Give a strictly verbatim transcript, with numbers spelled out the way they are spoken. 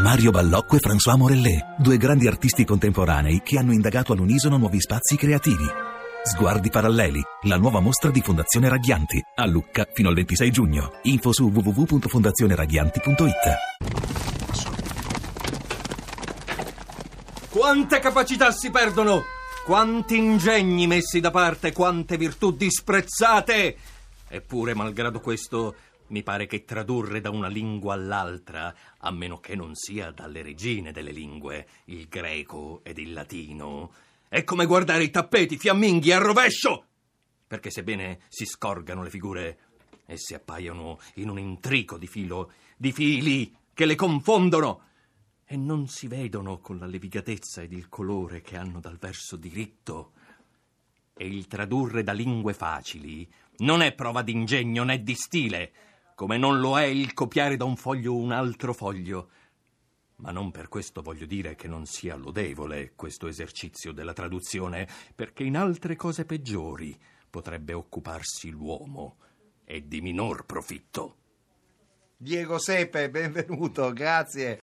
Mario Ballocco e François Morellet, due grandi artisti contemporanei che hanno indagato all'unisono nuovi spazi creativi. Sguardi paralleli, la nuova mostra di Fondazione Raghianti, a Lucca fino al ventisei giugno. Info su w w w punto fondazione raghianti punto it. Quante capacità si perdono! Quanti ingegni messi da parte, quante virtù disprezzate! Eppure, malgrado questo, mi pare che tradurre da una lingua all'altra, a meno che non sia dalle regine delle lingue, il greco ed il latino, è come guardare i tappeti fiamminghi a rovescio! Perché sebbene si scorgano le figure, esse appaiono in un intrico di filo, di fili che le confondono e non si vedono con la levigatezza ed il colore che hanno dal verso diritto. E il tradurre da lingue facili non è prova d'ingegno né di stile, come non lo è il copiare da un foglio un altro foglio. Ma non per questo voglio dire che non sia lodevole questo esercizio della traduzione, perché in altre cose peggiori potrebbe occuparsi l'uomo, e di minor profitto. Diego Sepe, benvenuto, grazie.